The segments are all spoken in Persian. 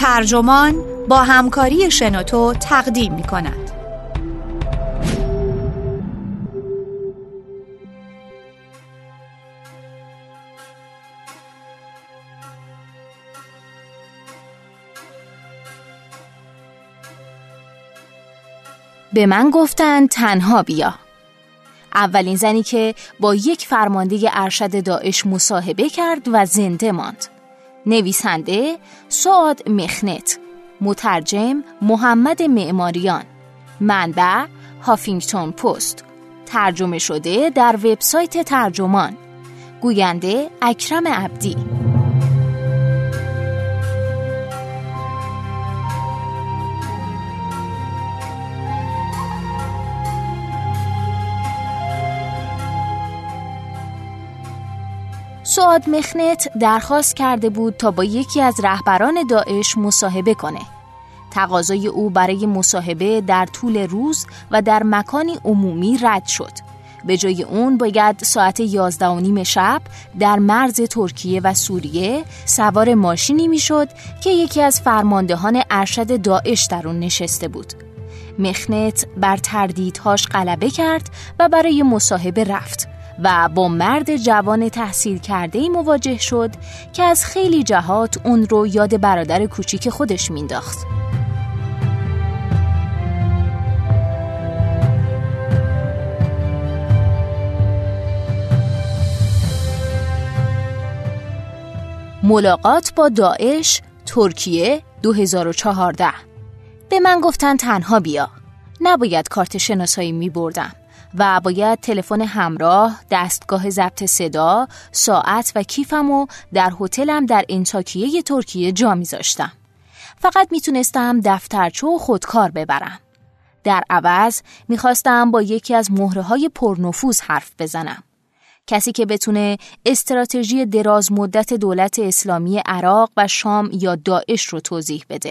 ترجمان با همکاری شنوتو تقدیم می‌کند. به من گفتن تنها بیا. اولین زنی که با یک فرمانده ارشد داعش مصاحبه کرد و زنده ماند. نویسنده سعاد مخنت، مترجم محمد معماریان، منبع هافینگتون پست، ترجمه شده در وبسایت ترجمان، گوینده اکرم عبدی. سعاد مخنت درخواست کرده بود تا با یکی از رهبران داعش مصاحبه کنه. تقاضای او برای مصاحبه در طول روز و در مکانی عمومی رد شد. به جای اون باید ساعت 11:30 شب در مرز ترکیه و سوریه سوار ماشینی میشد که یکی از فرماندهان ارشد داعش در اون نشسته بود. مخنت بر تردیدهاش غلبه کرد و برای مصاحبه رفت و با مرد جوان تحصیل کرده‌ای مواجه شد که از خیلی جهات اون رو یاد برادر کوچیک خودش مینداخت. ملاقات با داعش، ترکیه، 2014. به من گفتن تنها بیا. نباید کارت شناسایی می بردم و باید تلفن همراه، دستگاه ضبط صدا، ساعت و کیفمو در هتلم در انطاکیه ترکیه جا میذاشتم. فقط میتونستم دفترچه و خودکار ببرم. در عوض میخواستم با یکی از مهره‌های پرنفوذ حرف بزنم. کسی که بتونه استراتژی دراز مدت دولت اسلامی عراق و شام یا داعش رو توضیح بده.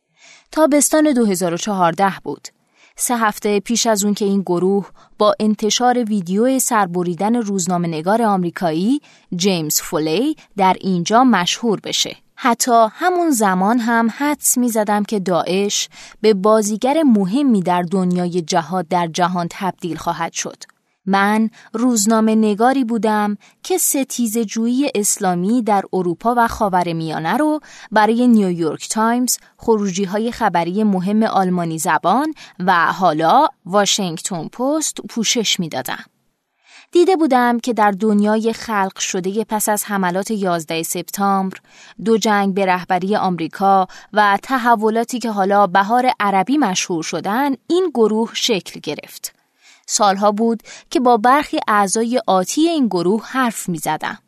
تابستان 2014 بود. 3 هفته پیش از اون که این گروه با انتشار ویدیو سربریدن روزنامه‌نگار آمریکایی جیمز فولی در اینجا مشهور بشه. حتی همون زمان هم حدس می‌زدم که داعش به بازیگر مهمی در دنیای جهاد در جهان تبدیل خواهد شد. من روزنامه نگاری بودم که ستیزه‌جویی اسلامی در اروپا و خاورمیانه رو برای نیویورک تایمز، خروجی‌های خبری مهم آلمانی زبان و حالا واشنگتن پست پوشش می‌دادم. دیده بودم که در دنیای خلق شده پس از حملات 11 سپتامبر، 2 جنگ به رهبری آمریکا و تحولاتی که حالا بهار عربی مشهور شدن، این گروه شکل گرفت. سالها بود که با برخی اعضای آتی این گروه حرف می زدم.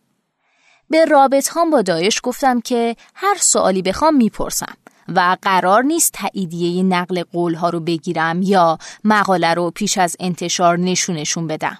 به رابطه‌هام با داعش گفتم که هر سوالی بخوام میپرسم و قرار نیست تاییدیه نقل قولها رو بگیرم یا مقاله رو پیش از انتشار نشونشون بدم.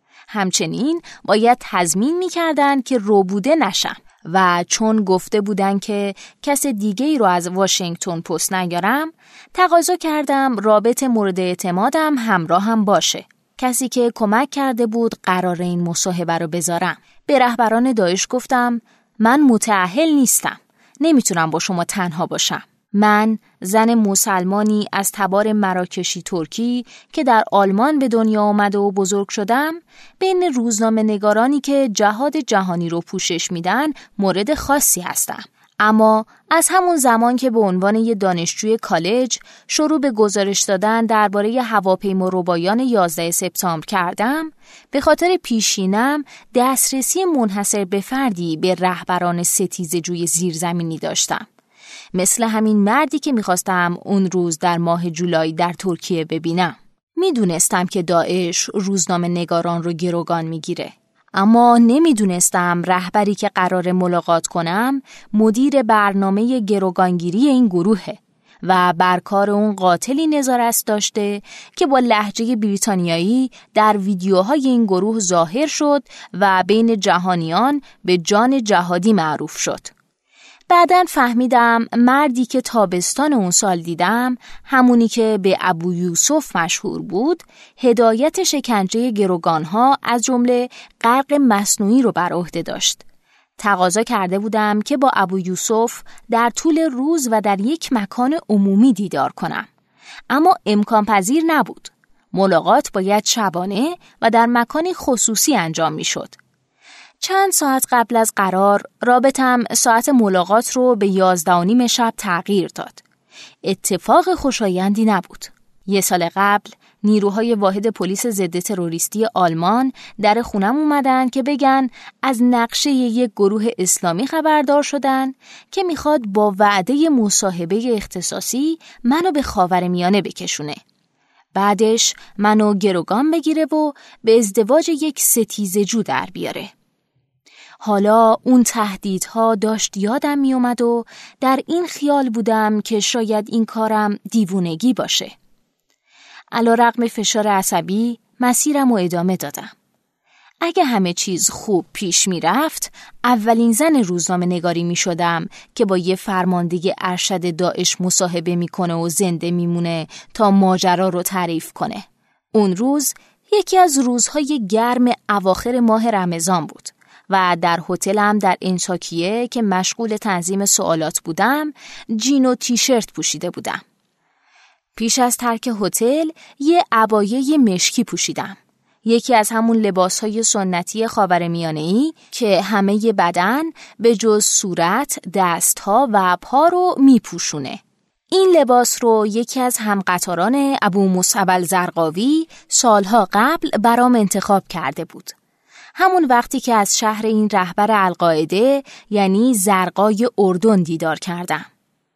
همچنین باید تضمین می‌کردن که ربوده نشم و چون گفته بودن که کس دیگه‌ای رو از واشنگتن پست نیارم، تقاضا کردم رابط مورد اعتمادم همراهم باشه. کسی که کمک کرده بود قرار این مصاحبه رو بذارم. به رهبران داعش گفتم من متأهل نیستم. نمیتونم با شما تنها باشم. من زن مسلمانی از تبار مراکشی ترکی که در آلمان به دنیا آمده و بزرگ شدم، بین روزنامه نگارانی که جهاد جهانی رو پوشش میدن مورد خاصی هستم. اما از همون زمان که به عنوان یه دانشجوی کالج شروع به گزارش دادن درباره هواپیماربایان 11 سپتامبر کردم، به خاطر پیشینم دسترسی منحصر به فردی به رهبران ستیزه‌جوی زیرزمینی داشتم. مثل همین مردی که میخواستم اون روز در ماه جولای در ترکیه ببینم. میدونستم که داعش روزنامه نگاران رو گروگان میگیره. اما نمیدونستم رهبری که قرار ملاقات کنم مدیر برنامه گروگانگیری این گروهه و بر کار اون قاتلی نظارت داشته که با لهجه بریتانیایی در ویدیوهای این گروه ظاهر شد و بین جهانیان به جان جهادی معروف شد. بعداً فهمیدم مردی که تابستان اون سال دیدم، همونی که به ابو یوسف مشهور بود، هدایت شکنجه گروگانها از جمله غرق مصنوعی رو بر عهده داشت. تقاضا کرده بودم که با ابو یوسف در طول روز و در یک مکان عمومی دیدار کنم، اما امکان پذیر نبود. ملاقات باید شبانه و در مکانی خصوصی انجام می شد. چند ساعت قبل از قرار رابطم ساعت ملاقات رو به 11:30 شب تغییر داد. اتفاق خوشایندی نبود. 1 سال قبل نیروهای واحد پلیس ضد تروریستی آلمان در خونم اومدن که بگن از نقشه یک گروه اسلامی خبردار شدن که میخواد با وعده مصاحبه اختصاصی منو به خاورمیانه بکشونه. بعدش منو گروگان بگیره و به ازدواج یک ستیزجو در بیاره. حالا اون تهدیدها داشت یادم می اومد و در این خیال بودم که شاید این کارم دیوونگی باشه. علیرغم فشار عصبی مسیرم رو ادامه دادم. اگه همه چیز خوب پیش می رفت، اولین زن روزنامه نگاری می شدم که با یه فرمانده ارشد داعش مصاحبه می کنه و زنده می مونه تا ماجرا رو تعریف کنه. اون روز یکی از روزهای گرم اواخر ماه رمضان بود و در هتلم در انطاکیه که مشغول تنظیم سوالات بودم، جین و تیشرت پوشیده بودم. پیش از ترک هتل یه عبایه مشکی پوشیدم. یکی از همون لباسهای سنتی خاورمیانه‌ای که همه بدن به جز صورت، دستها و پا رو میپوشونه. این لباس رو یکی از همقطاران ابو مصعب الزرقاوی سالها قبل برام انتخاب کرده بود. همون وقتی که از شهر این رهبر القاعده یعنی زرقای اردن دیدار کردم.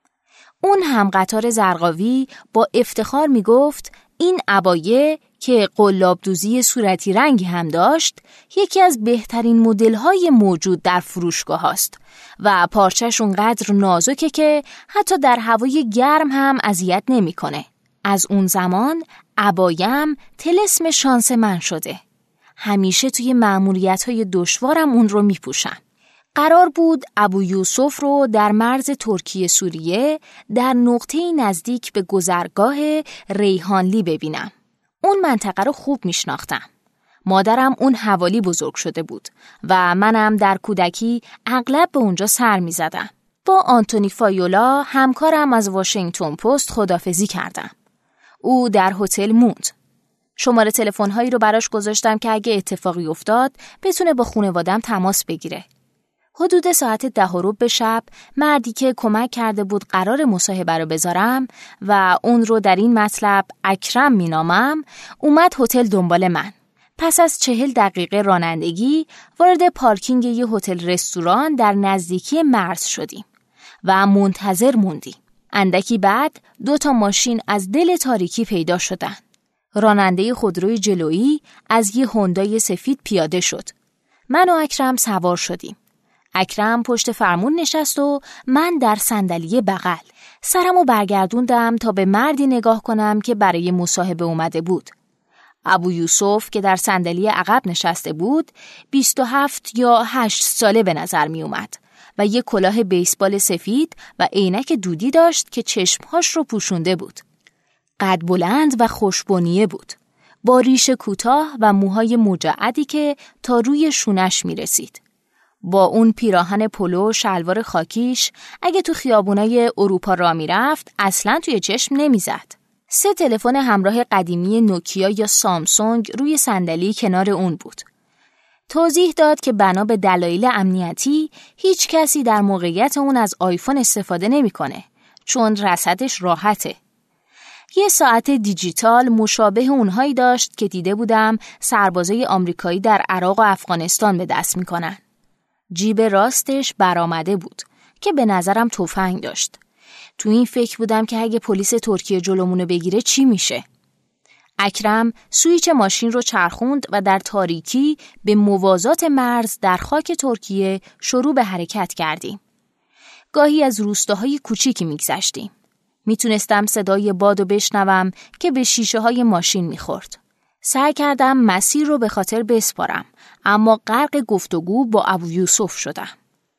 اون همقطار زرقاوی با افتخار میگفت این عبایه که قلاب دوزی صورتی رنگی هم داشت یکی از بهترین مدل‌های موجود در فروشگاه هاست و پارچه‌ش اونقدر نازکه که حتی در هوای گرم هم اذیت نمی‌کنه. از اون زمان عبایم طلسم شانس من شده. همیشه توی مأموریت‌های دشوارم اون رو میپوشم. قرار بود ابو یوسف رو در مرز ترکیه سوریه در نقطه‌ای نزدیک به گذرگاه ریحانلی ببینم. اون منطقه رو خوب میشناختم. مادرم اون حوالی بزرگ شده بود و منم در کودکی اغلب به اونجا سر میزدم. با آنتونی فایولا همکارم از واشنگتن پست خداحافظی کردم. او در هتل موند. شماره تلفن‌هایی رو براش گذاشتم که اگه اتفاقی افتاد بتونه با خانواده‌ام تماس بگیره. حدود ساعت 10:15 شب مردی که کمک کرده بود قرار مصاحبه رو بذارم و اون رو در این مطلب اکرم مینامم اومد هتل دنبال من. پس از 40 دقیقه رانندگی وارد پارکینگ یه هتل رستوران در نزدیکی مرز شدیم و منتظر موندیم. اندکی بعد 2 ماشین از دل تاریکی پیدا شدن. راننده خودروی جلویی از یه هوندای سفید پیاده شد. من و اکرم سوار شدیم. اکرم پشت فرمون نشست و من در صندلی بغل. سرمو برگردوندم تا به مردی نگاه کنم که برای مصاحبه اومده بود. ابو یوسف که در صندلی عقب نشسته بود 27 یا 8 ساله به نظر می اومد و یک کلاه بیسبال سفید و عینک دودی داشت که چشمهاش رو پوشونده بود. قد بلند و خوشبنیه بود، با ریش کوتاه و موهای مجعدی که تا روی شونش می رسید. با اون پیراهن پلو و شلوار خاکیش اگه تو خیابونای اروپا راه میرفت اصلاً توی چشم نمیزد. 3 تلفن همراه قدیمی نوکیا یا سامسونگ روی صندلی کنار اون بود. توضیح داد که بنا به دلایل امنیتی هیچ کسی در موقعیت اون از آیفون استفاده نمیکنه چون رصدش راحته. 1 ساعت دیجیتال مشابه اونهایی داشت که دیده بودم سربازای آمریکایی در عراق و افغانستان به دست میکنن. جیب راستش برآمده بود که به نظرم تفنگ داشت. تو این فکر بودم که اگه پلیس ترکیه جلومونو بگیره چی میشه؟ اکرم سویچ ماشین رو چرخوند و در تاریکی به موازات مرز در خاک ترکیه شروع به حرکت کردیم. گاهی از روستاهای کوچیکی میگذشتیم. میتونستم صدای بادو بشنوم که به شیشه های ماشین میخورد. سعی کردم مسیر رو به خاطر بسپارم، اما غرق گفتگو با ابو یوسف شدم.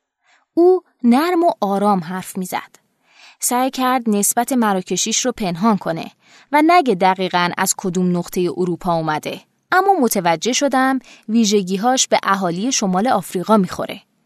او نرم و آرام حرف میزد. سعی کرد نسبت مراکشیش رو پنهان کنه و نگه دقیقاً از کدوم نقطه اروپا اومده، اما متوجه شدم ویژگی‌هاش به اهالی شمال آفریقا میخوره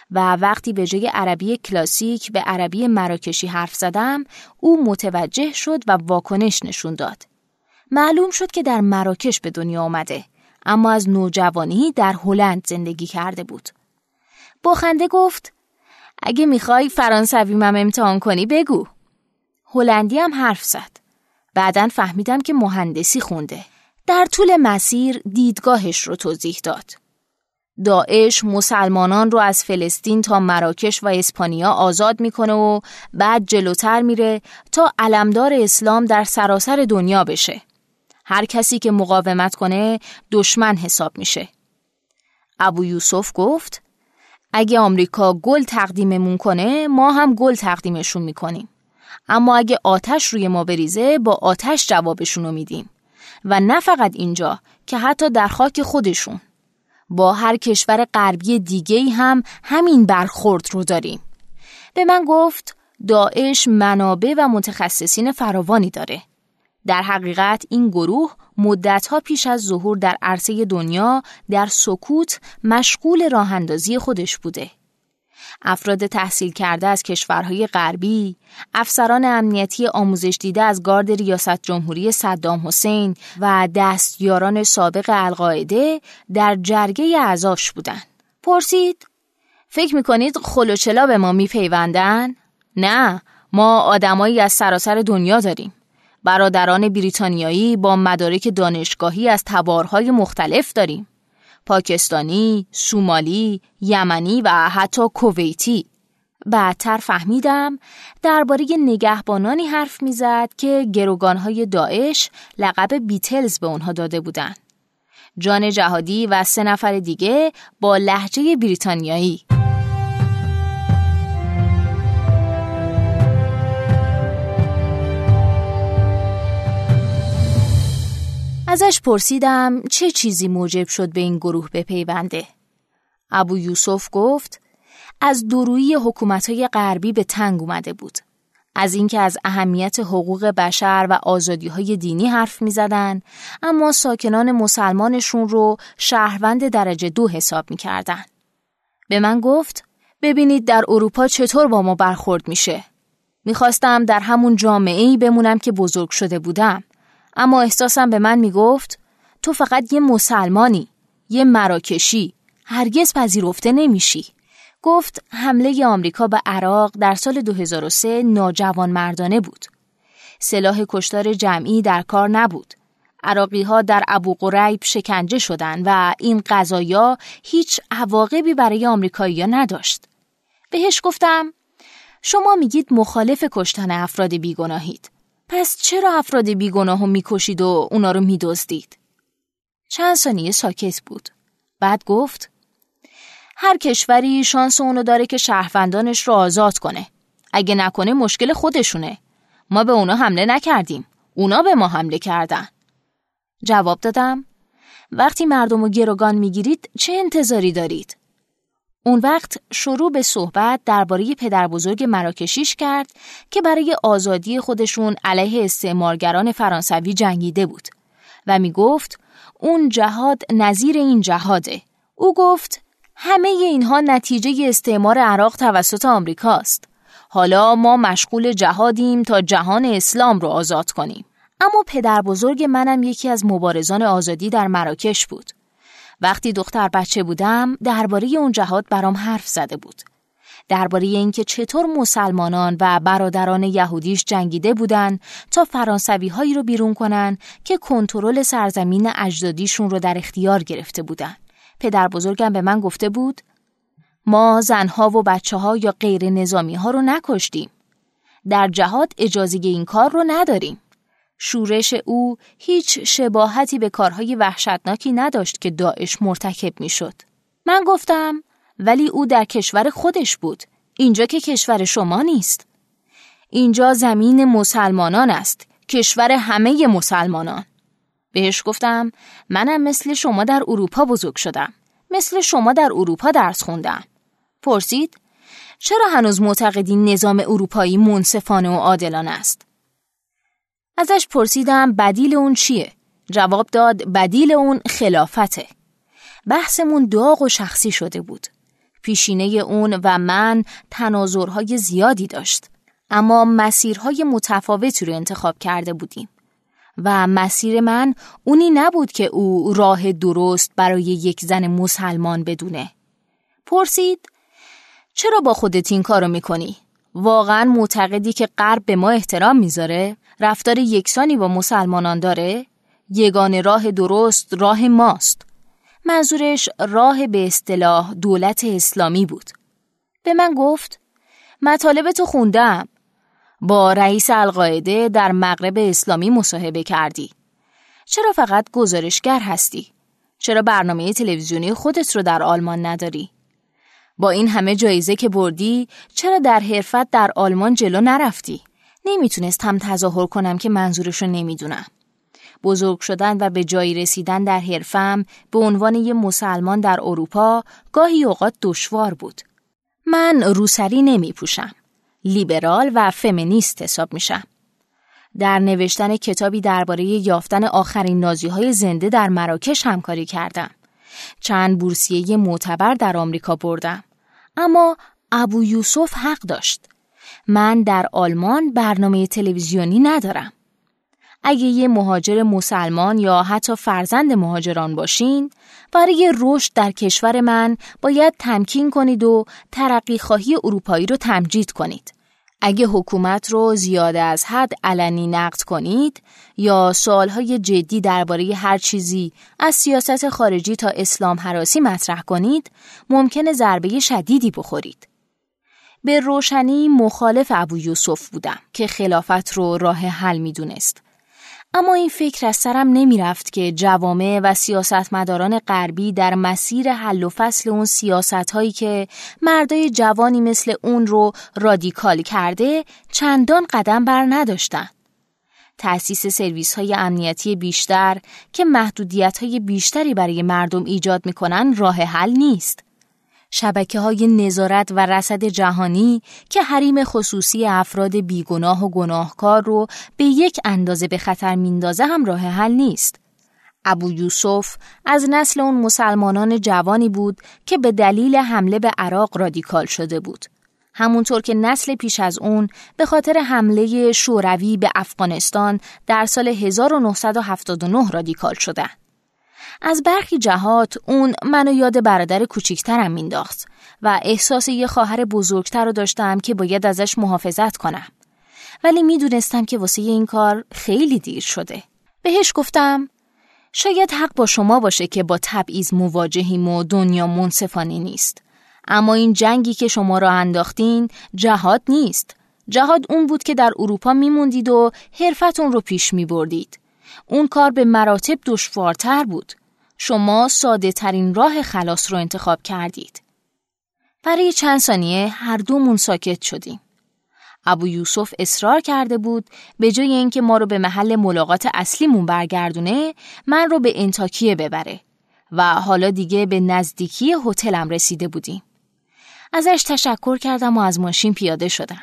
و وقتی به جای عربی کلاسیک به عربی مراکشی حرف زدم، او متوجه شد و واکنش نشون داد. معلوم شد که در مراکش به دنیا آمده، اما از نوجوانی در هلند زندگی کرده بود. با خنده گفت: اگه میخوای فرانسویم هم امتحان کنی بگو. هلندی هم حرف زد. بعداً فهمیدم که مهندسی خونده. در طول مسیر دیدگاهش رو توضیح داد. داعش مسلمانان رو از فلسطین تا مراکش و اسپانیا آزاد میکنه و بعد جلوتر میره تا علمدار اسلام در سراسر دنیا بشه. هر کسی که مقاومت کنه دشمن حساب میشه. ابو یوسف گفت: اگه آمریکا گل تقدیممون کنه ما هم گل تقدیمشون میکنیم، اما اگه آتش روی ما بریزه با آتش جوابشون رو میدیم. و نه فقط اینجا که حتی در خاک خودشون. با هر کشور غربی دیگه‌ای هم همین برخورد رو داریم. به من گفت داعش منابع و متخصصین فراوانی داره. در حقیقت این گروه مدتها پیش از ظهور در عرصه دنیا در سکوت مشغول راه‌اندازی خودش بوده. افراد تحصیل کرده از کشورهای غربی، افسران امنیتی آموزش دیده از گارد ریاست جمهوری صدام حسین و دستیاران سابق القاعده در جرگه اعضاش بودن. پرسید: فکر میکنید خلوچلا به ما میپیوندن؟ نه، ما آدمایی از سراسر دنیا داریم. برادران بریتانیایی با مدارک دانشگاهی از تبارهای مختلف داریم. پاکستانی، سومالی، یمنی و حتی کویتی. بعدتر فهمیدم درباره نگهبانانی حرف میزد که گروگانهای داعش لقب بیتلز به اونها داده بودن. جان جهادی و 3 نفر دیگه با لهجه بریتانیایی. ازش پرسیدم چه چیزی موجب شد به این گروه بپیونده. ابو یوسف گفت از دورویی حکومت‌های غربی به تنگ اومده بود. از اینکه از اهمیت حقوق بشر و آزادی‌های دینی حرف می‌زدن، اما ساکنان مسلمانشون رو شهروند درجه 2 حساب می‌کردن. به من گفت ببینید در اروپا چطور با ما برخورد میشه. می‌خواستم در همون جامعه‌ای بمونم که بزرگ شده بودم. اما احساسم به من میگفت تو فقط یه مسلمانی، یه مراکشی، هرگز پذیرفته نمیشی. گفت حمله آمریکا به عراق در سال 2003 ناجوانمردانه بود. سلاح کشتار جمعی در کار نبود. عراقی‌ها در ابو غریب شکنجه شدند و این قضایا هیچ عواقبی برای آمریکایی‌ها نداشت. بهش گفتم شما میگید مخالف کشتن افراد بیگناهید. پس چرا افراد بیگناهو میکشید و اونا رو میدزدید؟ چند ثانیه ساکت بود. بعد گفت هر کشوری شانس اونو داره که شهروندانش رو آزاد کنه. اگه نکنه مشکل خودشونه. ما به اونا حمله نکردیم. اونا به ما حمله کردن. جواب دادم وقتی مردمو گروگان میگیرید چه انتظاری دارید؟ اون وقت شروع به صحبت درباره پدر بزرگ مراکشیش کرد که برای آزادی خودشون علیه استعمارگران فرانسوی جنگیده بود و می گفت اون جهاد نظیر این جهاده. او گفت همه اینها نتیجه استعمار عراق توسط آمریکاست. حالا ما مشغول جهادیم تا جهان اسلام رو آزاد کنیم. اما پدر بزرگ منم یکی از مبارزان آزادی در مراکش بود. وقتی دختر بچه بودم درباره اون جهاد برام حرف زده بود. درباره اینکه چطور مسلمانان و برادران یهودیش جنگیده بودن تا فرانسوی هایی رو بیرون کنن که کنترل سرزمین اجدادیشون رو در اختیار گرفته بودن. پدر بزرگم به من گفته بود ما زنها و بچه ها یا غیر نظامی ها رو نکشتیم. در جهاد اجازه این کار رو نداریم. شورش او هیچ شباهتی به کارهای وحشتناکی نداشت که داعش مرتکب می شد. من گفتم ولی او در کشور خودش بود. اینجا که کشور شما نیست. اینجا زمین مسلمانان است. کشور همه مسلمانان. بهش گفتم منم مثل شما در اروپا بزرگ شدم. مثل شما در اروپا درس خوندم. پرسید چرا هنوز معتقدین نظام اروپایی منصفانه و عادلانه است؟ ازش پرسیدم بدیل اون چیه؟ جواب داد بدیل اون خلافته. بحثمون داغ و شخصی شده بود. پیشینه اون و من تناظرهای زیادی داشت، اما مسیرهای متفاوتی رو انتخاب کرده بودیم و مسیر من اونی نبود که او راه درست برای یک زن مسلمان بدونه. پرسید چرا با خودت این کارو میکنی؟ واقعا معتقدی که غرب به ما احترام میذاره؟ رفتار یکسانی با مسلمانان داره؟ یگانه راه درست راه ماست. منظورش راه به اصطلاح دولت اسلامی بود. به من گفت مطالب تو خوندم. با رئیس القاعده در مغرب اسلامی مصاحبه کردی. چرا فقط گزارشگر هستی؟ چرا برنامه تلویزیونی خودت رو در آلمان نداری؟ با این همه جایزه که بردی چرا در حرفت در آلمان جلو نرفتی؟ نمیتونستم تظاهر کنم که منظورشو نمیدونم. بزرگ شدن و به جایی رسیدن در حرفم به عنوان یه مسلمان در اروپا گاهی اوقات دشوار بود. من روسری نمی پوشم. لیبرال و فمینیست حساب میشم. در نوشتن کتابی درباره یافتن آخرین نازی‌های زنده در مراکش همکاری کردم. چند بورسیه معتبر در آمریکا بردم. اما ابو یوسف حق داشت. من در آلمان برنامه تلویزیونی ندارم. اگه یه مهاجر مسلمان یا حتی فرزند مهاجران باشین، برای رشد در کشور من باید تمکین کنید و ترقی‌خواهی اروپایی رو تمجید کنید. اگه حکومت رو زیاده از حد علنی نقد کنید یا سوالهای جدی درباره هر چیزی از سیاست خارجی تا اسلام هراسی مطرح کنید، ممکنه ضربه شدیدی بخورید. به روشنی مخالف ابو یوسف بودم که خلافت رو راه حل میدونست. اما این فکر از سرم نمی رفت که جوامع و سیاستمداران غربی در مسیر حل و فصل اون سیاست‌هایی که مردای جوانی مثل اون رو رادیکال کرده چندان قدم بر نداشتن. تأسیس سرویس‌های امنیتی بیشتر که محدودیت‌های بیشتری برای مردم ایجاد می‌کنن راه حل نیست. شبکه‌های نظارت و رصد جهانی که حریم خصوصی افراد بیگناه و گناهکار رو به یک اندازه به خطر میندازه هم راه حل نیست. ابو یوسف از نسل اون مسلمانان جوانی بود که به دلیل حمله به عراق رادیکال شده بود. همونطور که نسل پیش از اون به خاطر حمله شوروی به افغانستان در سال 1979 رادیکال شده. از برخی جهات اون منو یاد برادر کوچیکترم مینداخت و احساس یه خواهر بزرگتر رو داشتم که باید ازش محافظت کنم. ولی میدونستم که واسه این کار خیلی دیر شده. بهش گفتم شاید حق با شما باشه که با تبعیض مواجهیم و دنیا منصفانه نیست. اما این جنگی که شما را انداختین جهاد نیست. جهاد اون بود که در اروپا میموندید و حرفتون رو پیش میبردید. اون کار به مراتب دشوارتر بود. شما ساده ترین راه خلاص رو انتخاب کردید. برای چند ثانیه هر دومون ساکت شدیم. ابو یوسف اصرار کرده بود به جای اینکه ما رو به محل ملاقات اصلیمون برگردونه، من رو به انطاکیه ببره و حالا دیگه به نزدیکی هتلم رسیده بودیم. ازش تشکر کردم و از ماشین پیاده شدم.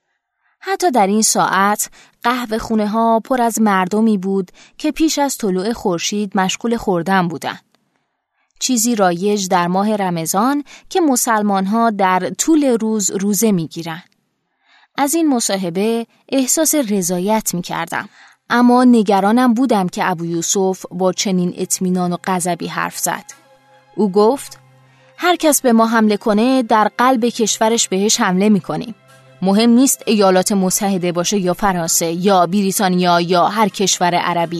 حتی در این ساعت قهوه خونه ها پر از مردمی بود که پیش از طلوع خورشید مشغول خوردن بودند. چیزی رایج در ماه رمضان که مسلمان ها در طول روز روزه می گیرن. از این مصاحبه احساس رضایت می کردم. اما نگرانم بودم که ابو یوسف با چنین اطمینان و غضبی حرف زد. او گفت هر کس به ما حمله کنه در قلب کشورش بهش حمله می کنیم. مهم نیست ایالات متحده باشه یا فرانسه یا بریتانیا یا هر کشور عربی.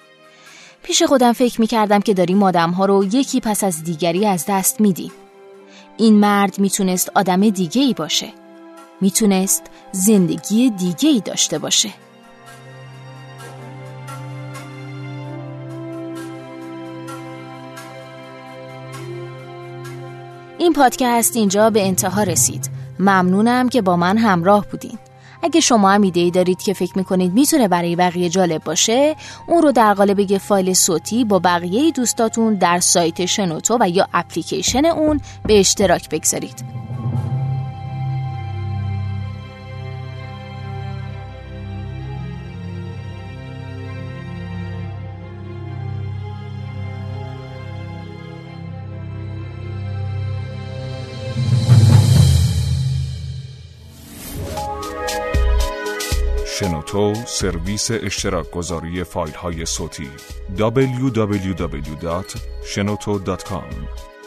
پیش خودم فکر می‌کردم که داریم آدم‌ها رو یکی پس از دیگری از دست میدیم. این مرد میتونست آدم دیگه‌ای باشه. میتونست زندگی دیگه‌ای داشته باشه. این پادکست اینجا به انتها رسید. ممنونم که با من همراه بودین. اگه شما هم ایده‌ای دارید که فکر میکنید میتونه برای بقیه جالب باشه، اون رو در قالب یه فایل صوتی با بقیه دوستاتون در سایت شنوتو و یا اپلیکیشن اون به اشتراک بگذارید. شنوتو سرویس اشتراک گذاری فایل های صوتی www.shenoto.com